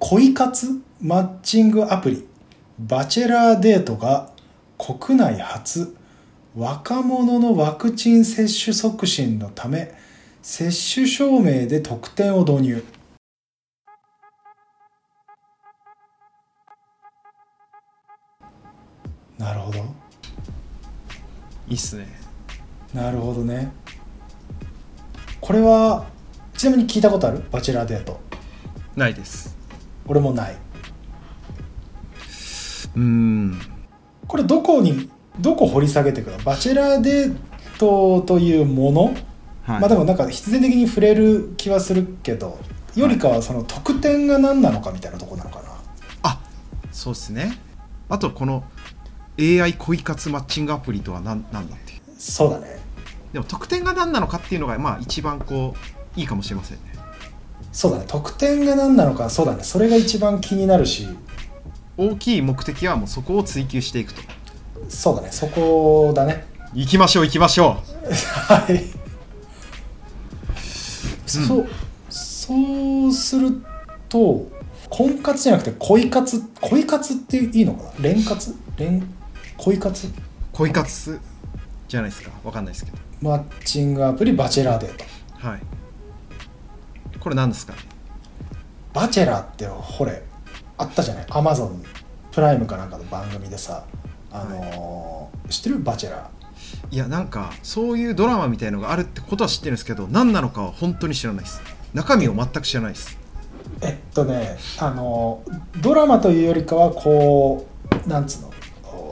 恋活マッチングアプリバチェラーデートが国内初若者のワクチン接種促進のため接種証明で特典を導入。なるほど。 いいっすね。 なるほどね。これはちなみに聞いたことある？バチェラーデート。 ないです。 俺もない。これどこ掘り下げていくの？バチェラーデートというもの、 はい、 まあでもなんか必然的に触れる気はするけど、よりかはその特典が何なのかみたいなところなのかな。 あ、そうですね。あとこの AI 恋活マッチングアプリとは何だっていう。 そうだね。 でも特典が何なのかっていうのがまあ一番こういいかもしれませんね。 そうだね。特典が何なのか、そうだね。それが一番気になるし、 大きい目的はもうそこを追求していくと。 そうだね。そこだね。 行きましょうはいはい、そうすると婚活じゃなくて恋活っていいのかな。恋活恋活じゃないですか。わかんないですけど。 マッチングアプリバチェラーデート。 はい。これ何ですかね。 バチェラーってほれあったじゃない。アマゾンプライムかなんかの番組でさ、知ってる？バチェラー。 いや、なんかそういうドラマみたいのがあるってことは知ってるんですけど、何なのかは本当に知らないです。中身を全く知らないです。 ドラマというよりかはこうなんつうの、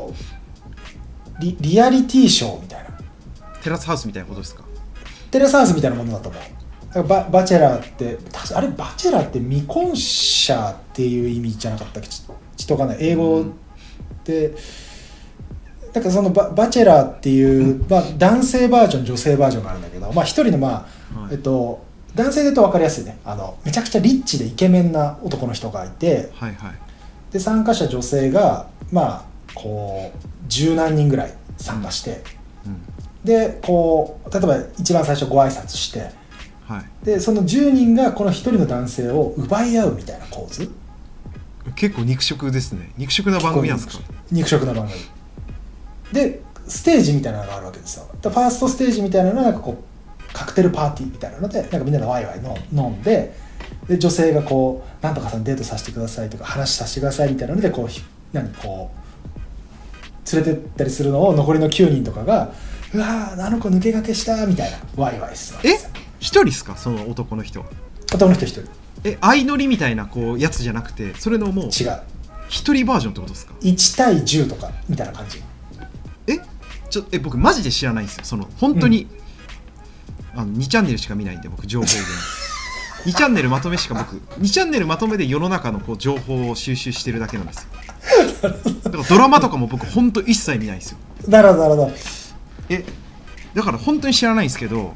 リアリティショーみたいな。 テラスハウスみたいなことですか？ テラスハウスみたいなものだと思う。バチェラーってあれバチェラーって未婚者っていう意味じゃなかったっけ？ちょっとわかんない。英語で、だからそのバチェラーっていう、男性バージョン女性バージョンがあるんだけど、一人の男性で言うと分かりやすいね。めちゃくちゃリッチでイケメンな男の人がいて、 はいはい、 で参加者女性がこう十何人ぐらい参加して、でこう例えば一番最初ご挨拶して、はい、でその10人がこの1人の男性を奪い合うみたいな構図。 結構肉食ですね。肉食な番組なんですか？ 肉食な番組で、ステージみたいなのがあるわけですよ。ファーストステージみたいなのはなんかこうカクテルパーティーみたいなので、なんかみんなでワイワイ飲んで、女性がこうなんとかさんデートさせてくださいとか話させてくださいみたいなのでこう連れてったりするのを残りの9人とかが、うわーあの子抜け駆けしたみたいなワイワイするわけですよ。 一人ですか？その男の人は。 男の人一人。 相乗りみたいなこうやつじゃなくて、それのもう違う一人バージョンってことですか ？1対10とかみたいな感じ。 僕マジで知らないんですよ。その本当に、2チャンネルしか見ないんで僕情報で2チャンネルまとめしか2チャンネルまとめで世の中のこう情報を収集してるだけなんですよ。だからドラマとかも僕本当一切見ないんですよ。 なるほど。 だから本当に知らないんですけど、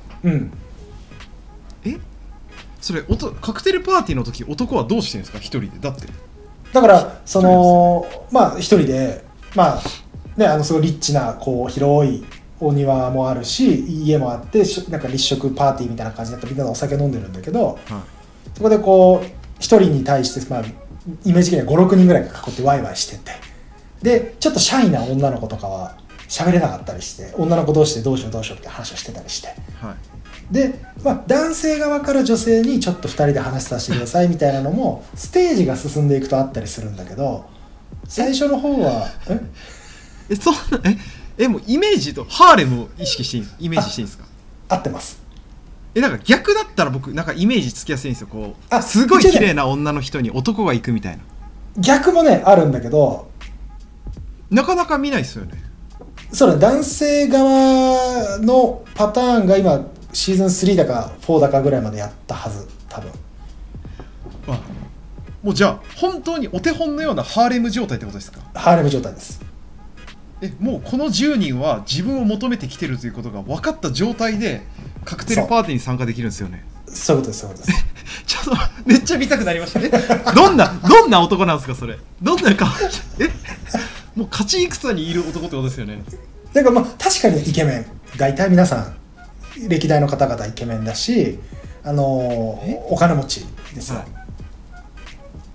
それカクテルパーティーの時男はどうしてるんですか？一人で。だってだからその一人ですごいリッチなこう広いお庭もあるし家もあって、なんか立食パーティーみたいな感じでみんなでお酒飲んでるんだけど、そこでこう一人に対してイメージ的には 5,6 人ぐらいが囲ってワイワイしてて、でちょっとシャイな女の子とかは喋れなかったりして、女の子同士でどうしようって話をしてたりして、で、男性側から女性にちょっと2人で話させてくださいみたいなのもステージが進んでいくとあったりするんだけど、最初の方はもうイメージとハーレムを意識してイメージしていいんですか？ 合ってます。 なんか逆だったら僕なんかイメージつきやすいんですよ。こうすごい綺麗な女の人に男が行くみたいな。 逆もねあるんだけど、 なかなか見ないですよね。 そうだ、男性側のパターンが今シーズン3だか4だかぐらいまでやったはず、多分。 もうじゃあ本当にお手本のようなハーレム状態ってことですか？ ハーレム状態です。 もうこの10人は自分を求めてきてるということが分かった状態でカクテルパーティーに参加できるんですよね。 そういうことですちょっとめっちゃ見たくなりましたね。どんな男なんですかそれ？どんな顔もう勝ち戦にいる男ってことですよね。 だから確かにイケメン、大体皆さん歴代の方々イケメンだし、お金持ちですよ。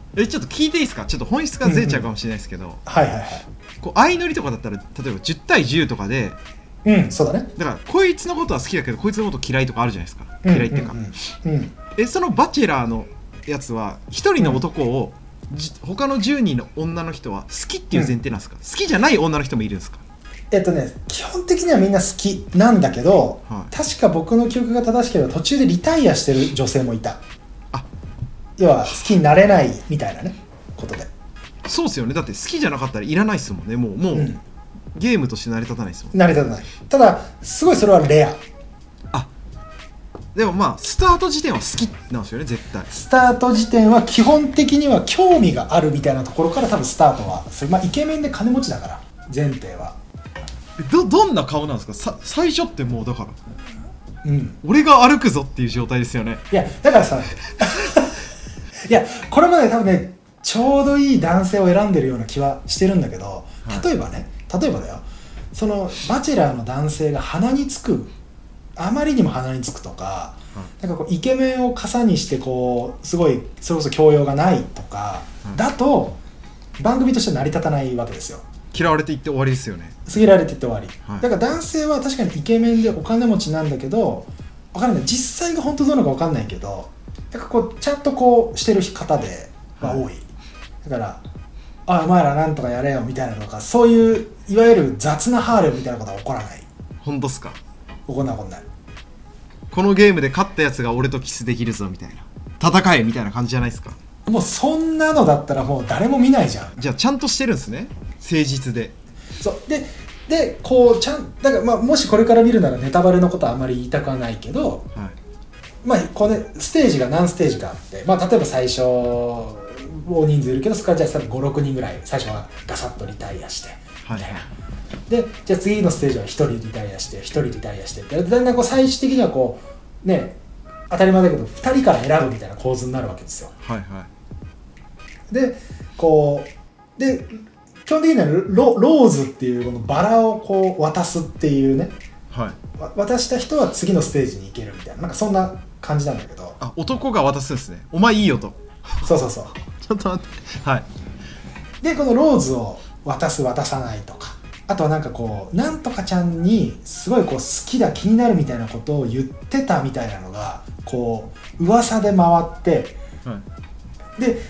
ちょっと聞いていいですか。ちょっと本質がずれちゃうかもしれないですけど、 はいはいはい。 こう相乗りとかだったら例えば10対10とかで、 そうだね。 だからこいつのことは好きだけどこいつのこと嫌いとかあるじゃないですか。嫌いっていうか、そのバチェラーのやつは1人の男を、他の10人の女の人は好きっていう前提なんですか、好きじゃない女の人もいるんですか。 基本的にはみんな好きなんだけど、確か僕の記憶が正しければ途中でリタイアしてる女性もいた。要は好きになれないみたいなねことで。 そうですよね。だって好きじゃなかったらいらないですもんね。もう、ゲームとして成り立たないですもん。 成り立たない。ただすごいそれはレア。 でもまあスタート時点は好きなんですよね、絶対。 スタート時点は基本的には興味があるみたいなところから多分スタートはそれ、イケメンで金持ちだから前提は。どんな顔なんですか。最初ってもうだから、 俺が歩くぞっていう状態ですよね。 いやだからさいやこれまで多分ねちょうどいい男性を選んでるような気はしてるんだけど、例えばだよ、そのバチェラーの男性が鼻につく、あまりにも鼻につくとか、なんかこうイケメンを傘にしてこうすごいそれこそ教養がないとか、だと番組として成り立たないわけですよ。 嫌われていって終わりですよね。 過ぎられていって終わり、だから男性は確かにイケメンでお金持ちなんだけど、分からない、実際が本当どうなのか分かんないけど、なんかこうちゃんとこうしてる方でが多い、だからお前らなんとかやれよみたいなのとか、そういういわゆる雑なハーレムみたいなことは起こらない。 本当っすか。 起こんない。 このゲームで勝ったやつが俺とキスできるぞみたいな、戦えみたいな感じじゃないですか。 もうそんなのだったらもう誰も見ないじゃん。 じゃあちゃんとしてるんですね、誠実で。 そうでこうだからもしこれから見るならネタバレのことはあまり言いたくはないけど、このステージが何ステージかあって、例えば最初大人数いるけど、そこからじゃあ5、6人ぐらい最初はガサッとリタイアしてみたいな、でじゃあ次のステージは1人リタイアして1人リタイアしてって、だんだんこう最終的にはこうね、当たり前だけど2人から選ぶみたいな構図になるわけですよ。でこうで基本的にはローズっていうこのバラをこう渡すっていうね、渡した人は次のステージに行けるみたいな、なんかそんな感じなんだけど。 男が渡すんですね。お前いいよと。 そうちょっと待って。 でこのローズを渡す渡さないとか、あとはなんかこうなんとかちゃんにすごいこう好きだ気になるみたいなことを言ってたみたいなのがこう噂で回って、で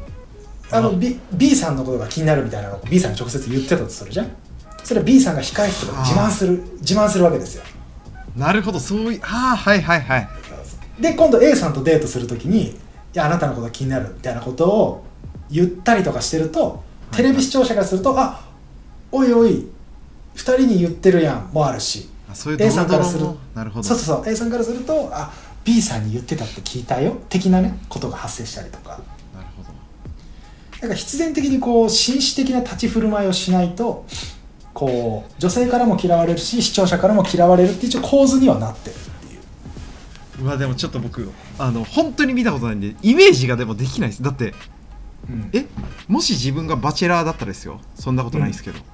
B さんのことが気になるみたいなのを B さんに直接言ってたとするじゃん。それは B さんが控室とかで自慢するわけですよ。 なるほど、そういう、 で今度 A さんとデートするときに、いやあなたのことが気になるみたいなことを言ったりとかしてると、テレビ視聴者からすると、おいおい2人に言ってるやんもあるし、 そういうドロドロ A さんからするなるほど、 そう A さんからするとB さんに言ってたって聞いたよ的なねことが発生したりとか。 なるほど。 なんか必然的にこう紳士的な立ち振る舞いをしないと、こう女性からも嫌われるし視聴者からも嫌われるっていう構図にはなってるっていう。 でもちょっと僕本当に見たことないんでイメージがでもできないです。だって、もし自分がバチェラーだったらですよ、そんなことないですけど、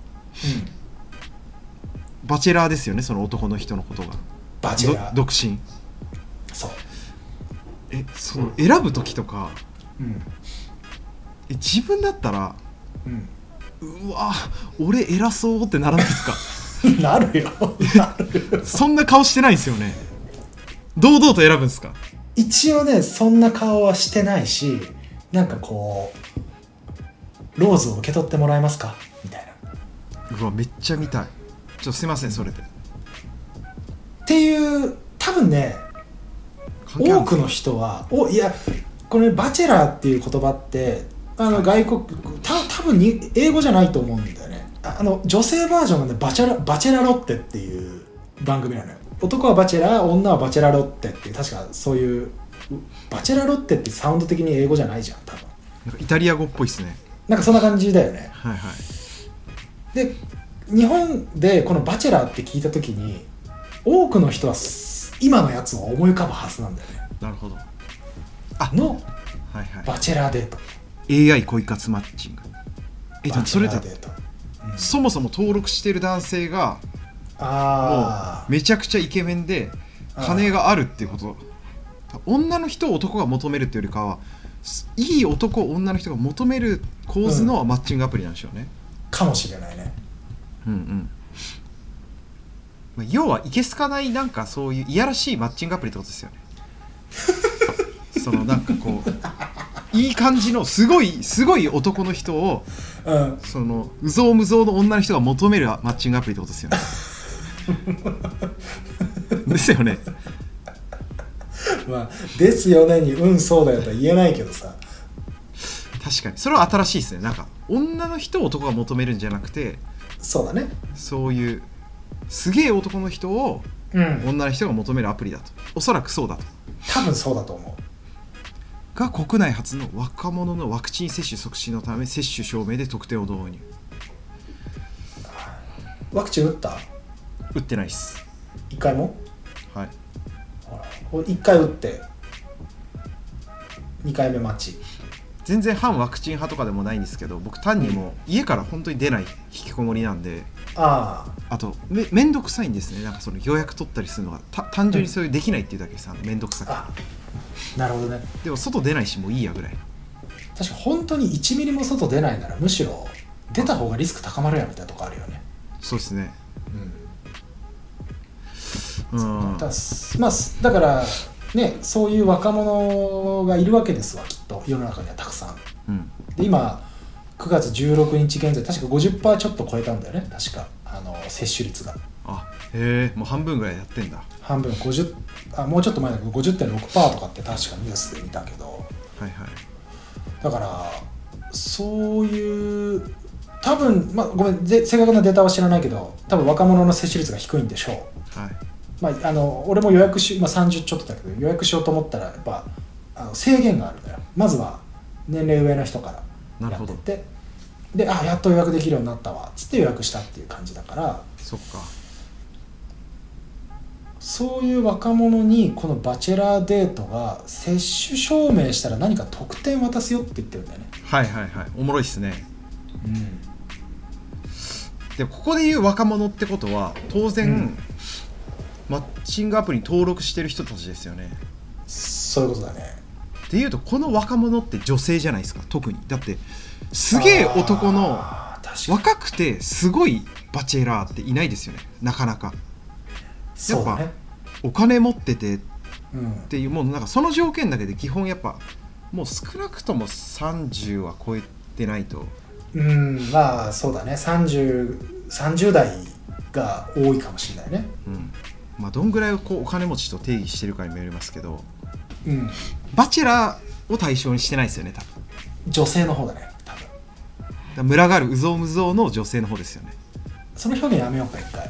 バチェラーですよね、その男の人のことがバチェラー独身。 そうその選ぶ時とか、自分だったら、うわ俺偉そうってならないですか？ なるよそんな顔してないんですよね。堂々と選ぶんですか？ 一応ねそんな顔はしてないし、なんかこうローズを受け取ってもらえますかみたいな。 うわめっちゃ見たい。すいませんそれでっていう多分ね、多くの人はいやこれバチェラーっていう言葉って外国多分に英語じゃないと思うんだよね。女性バージョンがねバチェラロッテっていう番組なのよ。男はバチェラー、女はバチェラロッテっていう、確かそういうバチェラロッテってサウンド的に英語じゃないじゃん多分。 なんかイタリア語っぽいっすね。 なんかそんな感じだよね。で日本でこのバチェラーって聞いた時に多くの人は今のやつを思い浮かぶはずなんだよね。 なるほど。 バチェラーデート、 AI 恋活マッチング。でもそれだと、そもそも登録してる男性がもうめちゃくちゃイケメンで金があるっていうこと。女の人を男が求めるっていうよりかはいい男女の人が求める構図のマッチングアプリなんでしょうね、 かもしれないね。 うんうん。まあ、要はいけすかないなんかそういういやらしいマッチングアプリってことですよねそのなんかこういい感じのすごい男の人を、 うん、 そのうぞうむぞうの女の人が求めるマッチングアプリってことですよねですよね。 まあですよねにうんそうだよとは言えないけどさ。 確かにそれは新しいですね。なんか女の人を男が求めるんじゃなくて、 そうだね、 そういうすげえ男の人を女の人が求めるアプリだと、おそらくそうだと。 多分そうだと思う。 が国内初の若者のワクチン接種促進のため接種証明で特典を導入。 ワクチン打った？ 打ってないっす。 1回も？ はい。 ほら1回打って2回目待ち。 全然反ワクチン派とかでもないんですけど、僕単にもう家から本当に出ない引きこもりなんで、あとめんどくさいんですね。なんかその予約取ったりするのが単純にそういうできないっていうだけでさ、めんどくさい。 なるほどね。でも外出ないしもういいやぐらい。 確か本当に1ミリも外出ないならむしろ出た方がリスク高まるやみたいなとこあるよね。 そうですね。 まあだからね、そういう若者がいるわけですわ、きっと世の中にはたくさん、で今9月16日現在確か 50% ちょっと超えたんだよね、確か接種率が。 へえ、もう半分ぐらいやってんだ。 半分もうちょっと前だけど 50.6% とかって確かニュースで見たけど、 はいはい。 だからそういう多分、まあ、ごめん正確なデータは知らないけど多分若者の接種率が低いんでしょう。はい。まあ、俺も予約30ちょっとだけど予約しようと思ったらやっぱ制限があるんだよ。まずは年齢上の人からやってて、でやっと予約できるようになったわっつって予約したっていう感じだから。 そっか。 そういう若者にこのバチェラーデートが接種証明したら何か特典渡すよって言ってるんだよね。 はいはいはい、おもろいっすね。でここで言う若者ってことは当然、マッチングアプリに登録してる人たちですよね。 そういうことだね。 っていうとこの若者って女性じゃないですか。特にだってすげえ男の若くてすごいバチェラーっていないですよね、なかなか。やっぱお金持っててっていう、もうなんかその条件だけで基本やっぱもう少なくとも30は超えてないと。 まあそうだね、30代が多いかもしれないね。 まあどんぐらいこうお金持ちと定義してるかにもよりますけど、バチェラーを対象にしてないですよね、多分。女性の方だね、多分。 群がるうぞうむぞうの女性の方ですよね。 その表現やめようか一回。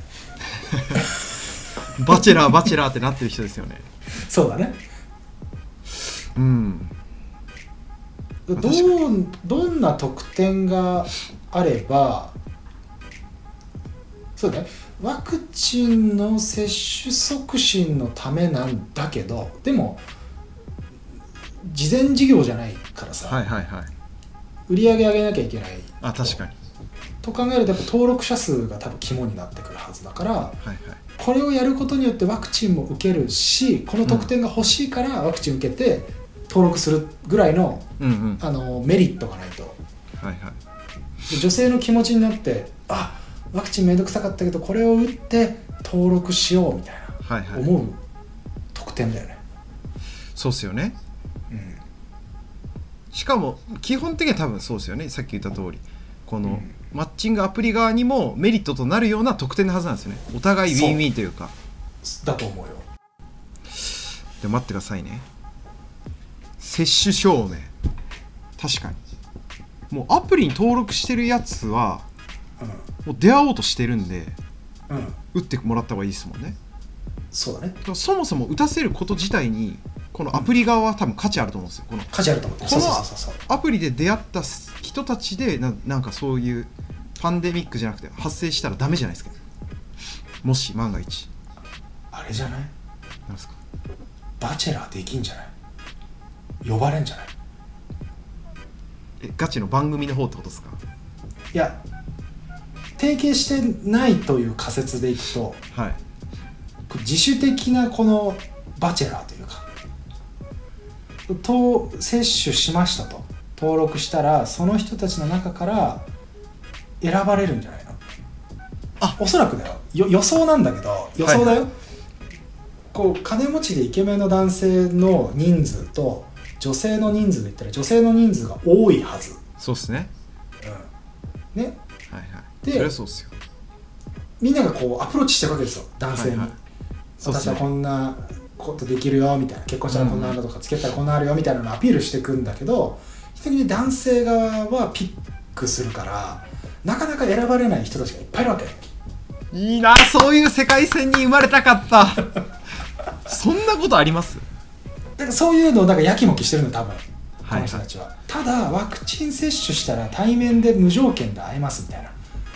バチェラーってなってる人ですよね。 そうだね。どんな特典があれば、そうだね、ワクチンの接種促進のためなんだけど、でも事前事業じゃないからさ、売り上げ上げなきゃいけない。 確かに。 と考えるとやっぱ登録者数が多分肝になってくるはずだから、これをやることによってワクチンも受けるし、この特典が欲しいからワクチン受けて登録するぐらいの、メリットがないと、女性の気持ちになってワクチンめんどくさかったけどこれを打って登録しようみたいな、思う特典だよね。 そうっすよね。しかも基本的には多分そうですよね。さっき言った通りこの、マッチングアプリ側にもメリットとなるような特典のはずなんですよね。お互いウィンウィンというか。 だと思うよ。 で待ってくださいね。接種証明、確かにもうアプリに登録してるやつは、もう出会おうとしてるんで、打ってもらった方がいいですもんね。 そうだね。 そもそも打たせること自体にこのアプリ側は多分価値あると思うんですよ。 価値あると思う。 このアプリで出会った人たちでなんかそういうパンデミックじゃなくて発生したらダメじゃないですか。もし万が一あれじゃない？ なんですか？ バチェラーできんじゃない？呼ばれんじゃない？ ガチの番組の方ってことですか？ いや、提携してないという仮説でいくと、自主的なこのバチェラーというか、 接種しましたと登録したらその人たちの中から選ばれるんじゃないの？おそらくだよ、予想なんだけど、予想だよ、はい、こう金持ちでイケメンの男性の人数と女性の人数で言ったら女性の人数が多いはず。 そうっすね、 ね、 はいはい、 でそりゃそうっすよ。 みんながこうアプローチしてるわけですよ、男性に、はいはい、私はこんなことできるよみたいな、結婚したらこんなのとか付き合ったらこんなあるよみたいなのをアピールしていくんだけど、比較的男性側はピックするからなかなか選ばれない人たちがいっぱいいるわけ。 いいな、そういう世界線に生まれたかったそんなことあります？ だからそういうのをなんかやきもきしてるの多分、 はいはい、 この人たちは。ただワクチン接種したら対面で無条件で会えますみたいな。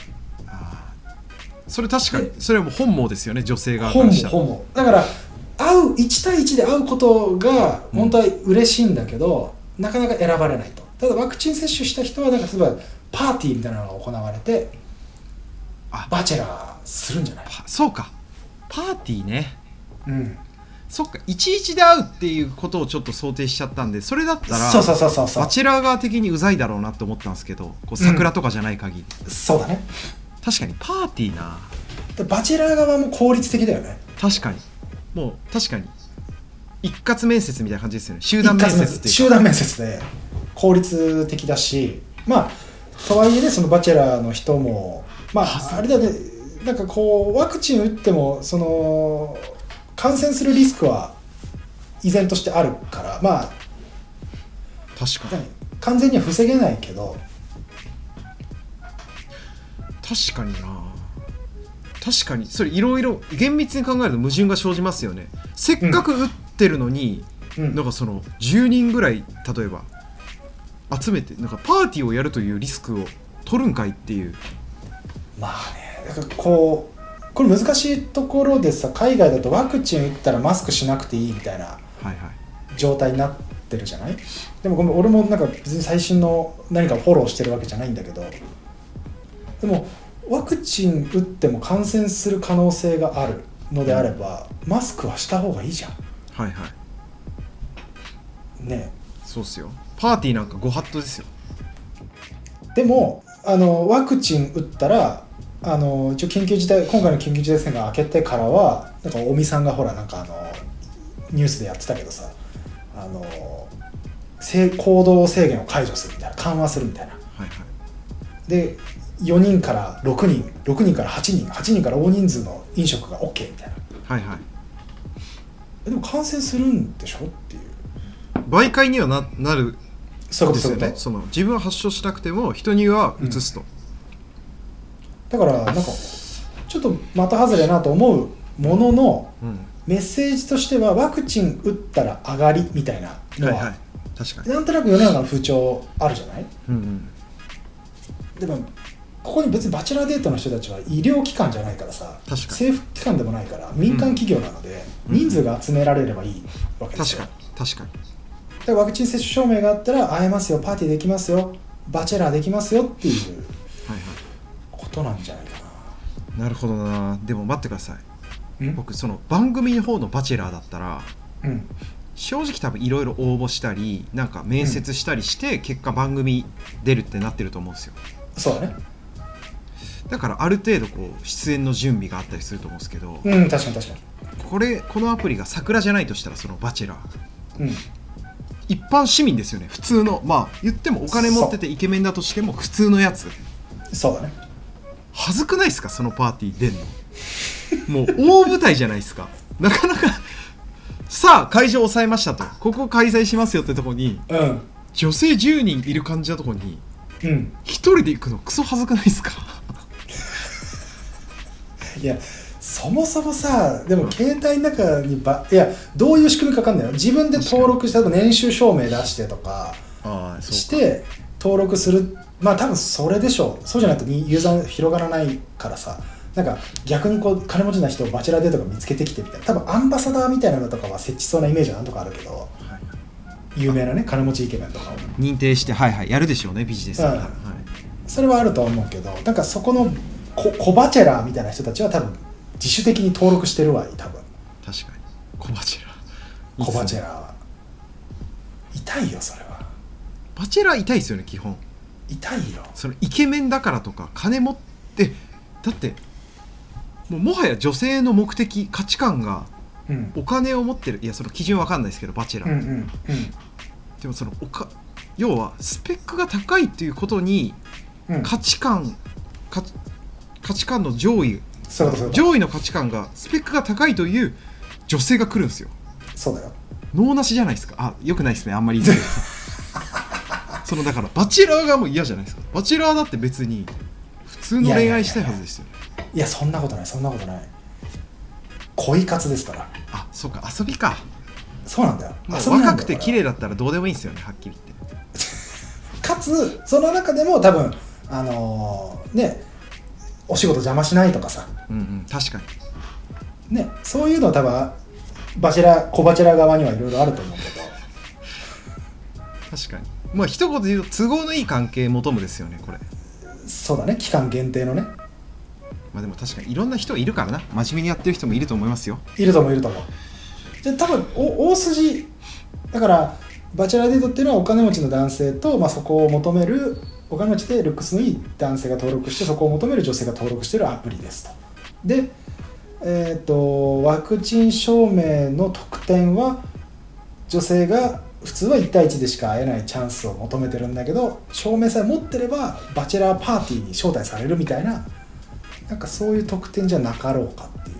それ確かにそれはもう本望ですよね、女性側からしたら。本望だから1対1で会うことが本当は嬉しいんだけど、なかなか選ばれないと。ただワクチン接種した人はなんか例えばパーティーみたいなのが行われてバチェラーするんじゃない？ そうか、パーティーね。 うん、 そっか、11で会うっていうことをちょっと想定しちゃったんで、それだったらそうバチェラー側的にうざいだろうなって思ったんですけど、こう桜とかじゃない限り、 そうだね。 確かにパーティーな。 バチェラー側も効率的だよね。 確かに、もう確かに一括面接みたいな感じですよね。集団面接っていうか集団面接で効率的だし、まあとはいえね、そのバチェラーの人もまああれだよね、なんかこうワクチン打ってもその感染するリスクは依然としてあるから、まあ確かに完全には防げないけど、 確かにな、確かにそれいろいろ厳密に考えると矛盾が生じますよね。せっかく打ってるのに、なんかその10人ぐらい例えば集めてなんかパーティーをやるというリスクを取るんかいっていう。 まあね、だからこれ難しいところでさ、海外だとワクチン打ったらマスクしなくていいみたいな状態になってるじゃない。でもごめん、俺もなんか別に最新の何かをフォローしてるわけじゃないんだけど、でもワクチン打っても感染する可能性があるのであれば、マスクはした方がいいじゃん。 はいはいね。 そうっすよ、パーティーなんかご法度ですよ。 でもワクチン打ったら一応今回の緊急事態宣言が明けてからはなんか尾身さんがほらなんかニュースでやってたけどさ、行動制限を解除するみたいな、緩和するみたいな、 はいはい、 で4人から6人6人から8人8人から大人数の飲食が OK みたいな、 はいはい、 でも感染するんでしょっていう、 媒介には なるそういうことですよね。その自分は発症しなくても人には移すと、 だからなんかちょっと的外れなと思うものの、メッセージとしてはワクチン打ったら上がりみたいなのは、はいはい、 確かになんとなく世の中の風潮あるじゃない、 うんうん、 でもここに別にバチェラーデートの人たちは医療機関じゃないからさ、政府機関でもないから民間企業なので、人数が集められればいいわけですよ。 確かにだからワクチン接種証明があったら会えますよ、パーティーできますよ、バチェラーできますよっていうことなんじゃないかな。 なるほどな。でも待ってください、僕その番組の方のバチェラーだったら、正直多分いろいろ応募したりなんか面接したりして、結果番組出るってなってると思うんですよ。 そうだね。 だからある程度こう出演の準備があったりすると思うんですけど、 確かに確かにこのアプリが桜じゃないとしたら、そのバチェラー、一般市民ですよね、普通の、まあ言ってもお金持っててイケメンだとしても普通のやつ。 そうだね。 恥ずくないですか、そのパーティー出んのもう大舞台じゃないですか。なかなかさあ会場抑えましたと、ここ開催しますよってとこに、女性10人いる感じのとこに一人で行くのクソ恥ずくないですかいやそもそもさ、でも携帯の中にいやどういう仕組みか分かんないよ。自分で登録して年収証明出してとかして登録する、まあ多分それでしょう。そうじゃないとユーザー広がらないからさ、なんか逆にこう金持ちな人をバチェラーデートが見つけてきてみたいな、多分アンバサダーみたいなのとかは設置そうなイメージはなんとかあるけど、有名なね金持ちイケメンとかを認定してやるでしょうね、ビジネスだから、 それはあると思うけど、なんかそこの小バチェラーみたいな人たちは多分自主的に登録してるわ、多分。 確かに小バチェラー、 小バチェラーは痛いよそれは。 バチェラー痛いですよね基本。 痛いよ。 そのイケメンだからとか金持ってだってもはや女性の目的価値観がお金を持ってる、いやその基準わかんないですけどバチェラー、でもその要はスペックが高いっていうことに価値観の上位の価値観がスペックが高いという女性が来るんですよ。 そうだよ。 脳なしじゃないですか。あ、よくないですねあんまり言い過ぎてそのだからバチェラーがもう嫌じゃないですか。バチェラーだって別に普通の恋愛したいはずですよ。 いやそんなことないそんなことない。恋活ですから。 あ、そうか遊びか。 そうなんだよ。 若くて綺麗だったらどうでもいいんですよねはっきり言ってかつその中でも多分ねお仕事邪魔しないとかさ、 確かにね、そういうの多分小バチェラー側にはいろいろあると思うけど。 確かにまあ一言で言うと都合のいい関係求むですよねこれ。 そうだね、期間限定のね。 まあでも確かにいろんな人いるからな、真面目にやってる人もいると思いますよ。 いると思う。じゃあ多分大筋だからバチェラーデートっていうのはお金持ちの男性と、そこを求めるお金持ちでルックスのいい男性が登録してそこを求める女性が登録しているアプリですと。で、ワクチン証明の特典は女性が普通は1対1でしか会えないチャンスを求めてるんだけど、証明さえ持ってればバチェラーパーティーに招待されるみたいな、なんかそういう特典じゃなかろうかっていう。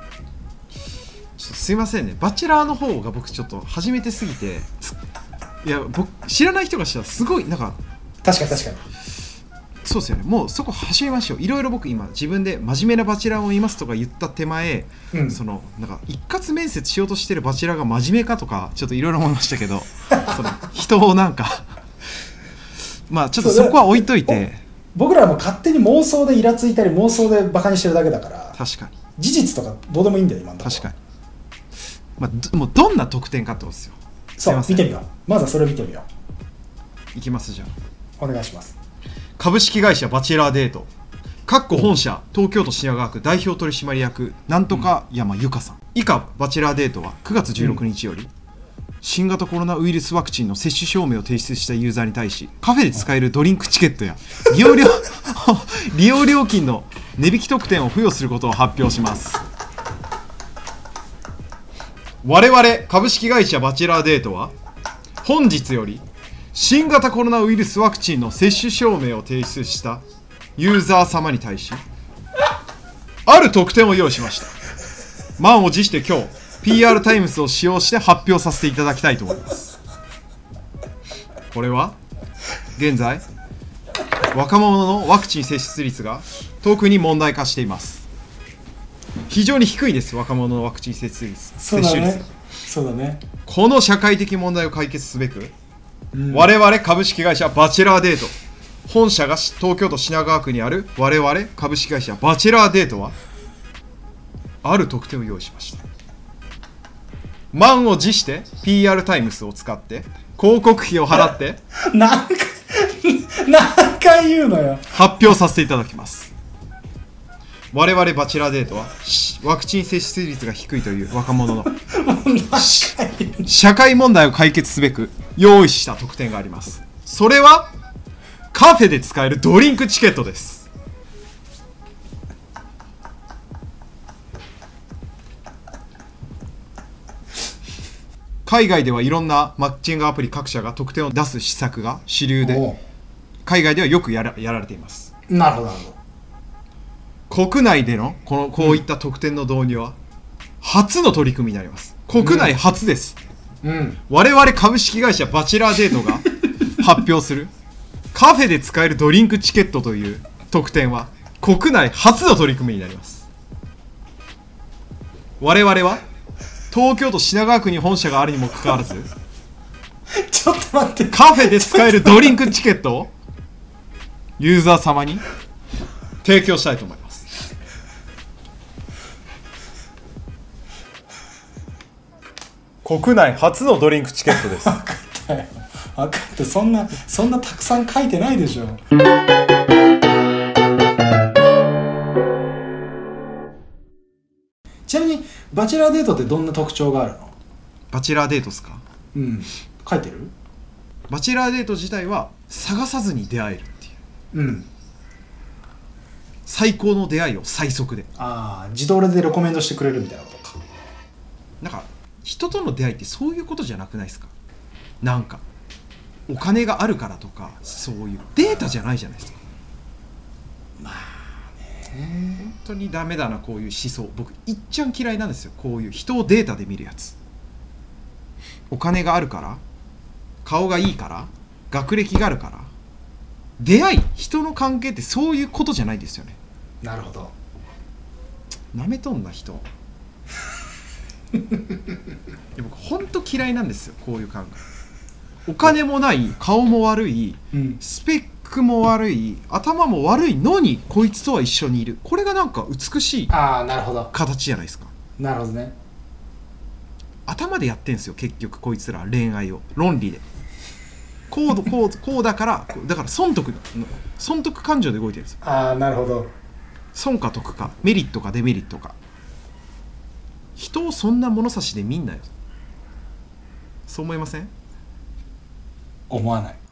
すいませんね、バチェラーの方が僕ちょっと初めてすぎていや僕知らない人がしたらすごいなんか確かにそうですよね。もうそこ走りましょう。いろいろ僕今自分で真面目なバチェラーをいますとか言った手前、そのなんか一括面接しようとしてるバチェラーが真面目かとかちょっといろいろ思いましたけどその人をなんかまあちょっとそこは置いといて、 僕らも勝手に妄想でイラついたり妄想でバカにしてるだけだから。 確かに事実とかどうでもいいんだよ今のところ。 確かに、もうどんな特典かってことですよ。 そう見てみよう。まずはそれを見てみよう。いきますじゃあ。 お願いします。 株式会社バチェラーデート本社東京都品川区代表取締役なんとか山由香さん、以下バチェラーデートは9月16日より、新型コロナウイルスワクチンの接種証明を提出したユーザーに対しカフェで使えるドリンクチケットや利用料金の値引き特典を付与することを発表します。我々株式会社バチェラーデートは本日より新型コロナウイルスワクチンの接種証明を提出したユーザー様に対しある特典を用意しました。満を持して今日 PR タイムスを使用して発表させていただきたいと思います。これは現在若者のワクチン接種率が特に問題化しています。非常に低いです。若者のワクチン接種率。 そうだね。 この社会的問題を解決すべく、我々株式会社バチェラーデート本社が東京都品川区にある我々株式会社バチェラーデートはある特典を用意しました。満を持して PR タイムスを使って広告費を払って何回言うのよ。 発表させていただきます。我々バチェラーデートはワクチン接種率が低いという若者の社会問題を解決すべく用意した特典があります。それはカフェで使えるドリンクチケットです。海外ではいろんなマッチングアプリ各社が特典を出す施策が主流で、海外ではよくやられています。 なるほど。 国内でのこういった特典の導入は初の取り組みになります。国内初です。我々株式会社バチェラーデートが発表するカフェで使えるドリンクチケットという特典は国内初の取り組みになります。我々は東京都品川区に本社があるにもかかわらずちょっと待って、 カフェで使えるドリンクチケットをユーザー様に提供したいと思います。国内初のドリンクチケットです。 分かったよ。分かって、そんなたくさん書いてないでしょ。ちなみにバチェラーデートってどんな特徴があるの？ バチェラーデートですか？ 書いてる？ バチェラーデート自体は探さずに出会えるっていう、 うん、 最高の出会いを最速で、 ああ自動でレコメンドしてくれるみたいなことか。 なんか人との出会いってそういうことじゃなくないですか。なんかお金があるからとかそういうデータじゃないじゃないですか。 まあ本当にダメだなこういう思想。僕いっちゃん嫌いなんですよ、こういう人をデータで見るやつ。お金があるから顔がいいから学歴があるから、出会い人の関係ってそういうことじゃないですよね。 なるほど。 なめとんな人いや僕本当嫌いなんですよこういう考え。お金もない顔も悪い、 うん、 スペックも悪い頭も悪いのにこいつとは一緒にいる。これがなんか美しいああなるほど形じゃないですか。 なるほどね。 頭でやってんすよ結局こいつら恋愛を論理でこうだから損得感情で動いてるんですよ。 ああなるほど。 損か得かメリットかデメリットか。人をそんな物差しで見んなよ。そう思いません？ 思わない。